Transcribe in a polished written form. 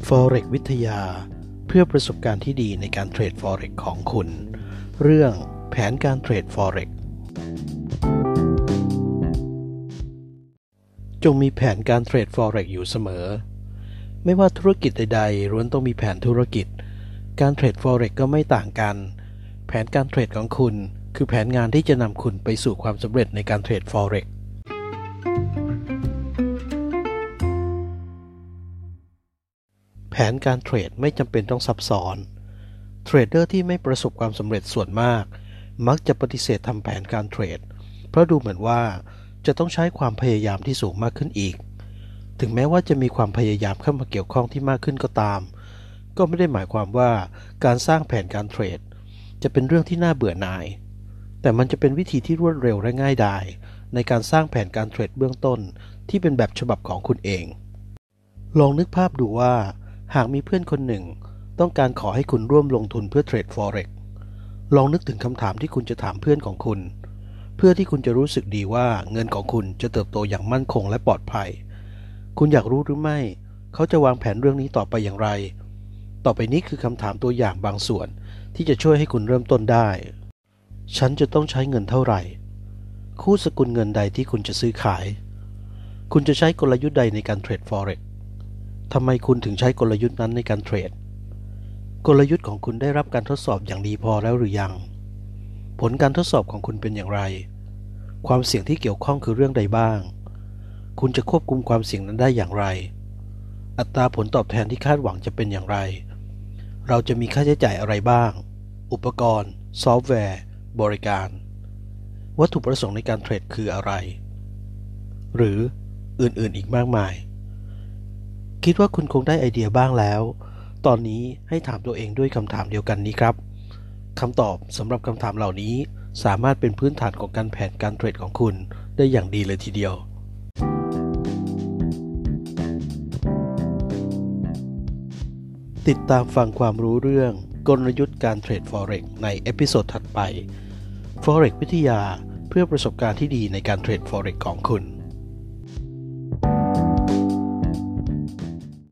Forex วิทยาเพื่อประสบการณ์ที่ดีในการเทรด Forex ของคุณเรื่องแผนการเทรด Forex จงมีแผนการเทรด Forex อยู่เสมอไม่ว่าธุรกิจใดๆล้วนต้องมีแผนธุรกิจการเทรด Forex ก็ไม่ต่างกันแผนการเทรดของคุณคือแผนงานที่จะนำคุณไปสู่ความสำเร็จในการเทรด Forexแผนการเทรดไม่จำเป็นต้องซับซ้อนเทรดเดอร์ที่ไม่ประสบความสำเร็จส่วนมากมักจะปฏิเสธทำแผนการเทรดเพราะดูเหมือนว่าจะต้องใช้ความพยายามที่สูงมากขึ้นอีกถึงแม้ว่าจะมีความพยายามเข้ามาเกี่ยวข้องที่มากขึ้นก็ตามก็ไม่ได้หมายความว่าการสร้างแผนการเทรดจะเป็นเรื่องที่น่าเบื่อหน่ายแต่มันจะเป็นวิธีที่รวดเร็วและง่ายดายในการสร้างแผนการเทรดเบื้องต้นที่เป็นแบบฉบับของคุณเองลองนึกภาพดูว่าหากมีเพื่อนคนหนึ่งต้องการขอให้คุณร่วมลงทุนเพื่อเทรด Forex ลองนึกถึงคำถามที่คุณจะถามเพื่อนของคุณเพื่อที่คุณจะรู้สึกดีว่าเงินของคุณจะเติบโตอย่างมั่นคงและปลอดภัยคุณอยากรู้หรือไม่เขาจะวางแผนเรื่องนี้ต่อไปอย่างไรต่อไปนี้คือคำถามตัวอย่างบางส่วนที่จะช่วยให้คุณเริ่มต้นได้ฉันจะต้องใช้เงินเท่าไหร่คู่สกุลเงินใดที่คุณจะซื้อขายคุณจะใช้กลยุทธ์ใดในการเทรด Forexทำไมคุณถึงใช้กลยุทธ์นั้นในการเทรดกลยุทธ์ของคุณได้รับการทดสอบอย่างดีพอแล้วหรือยังผลการทดสอบของคุณเป็นอย่างไรความเสี่ยงที่เกี่ยวข้องคือเรื่องใดบ้างคุณจะควบคุมความเสี่ยงนั้นได้อย่างไรอัตราผลตอบแทนที่คาดหวังจะเป็นอย่างไรเราจะมีค่าใช้จ่ายอะไรบ้างอุปกรณ์ซอฟต์แวร์บริการวัตถุประสงค์ในการเทรดคืออะไรหรืออื่นๆอีกมากมายคิดว่าคุณคงได้ไอเดียบ้างแล้วตอนนี้ให้ถามตัวเองด้วยคำถามเดียวกันนี้ครับคำตอบสำหรับคำถามเหล่านี้สามารถเป็นพื้นฐานของการแผนการเทรดของคุณได้อย่างดีเลยทีเดียวติดตามฟังความรู้เรื่องกลยุทธ์การเทรด Forex ในเอพิโซดถัดไป Forex วิทยาเพื่อประสบการณ์ที่ดีในการเทรด Forex ของคุณ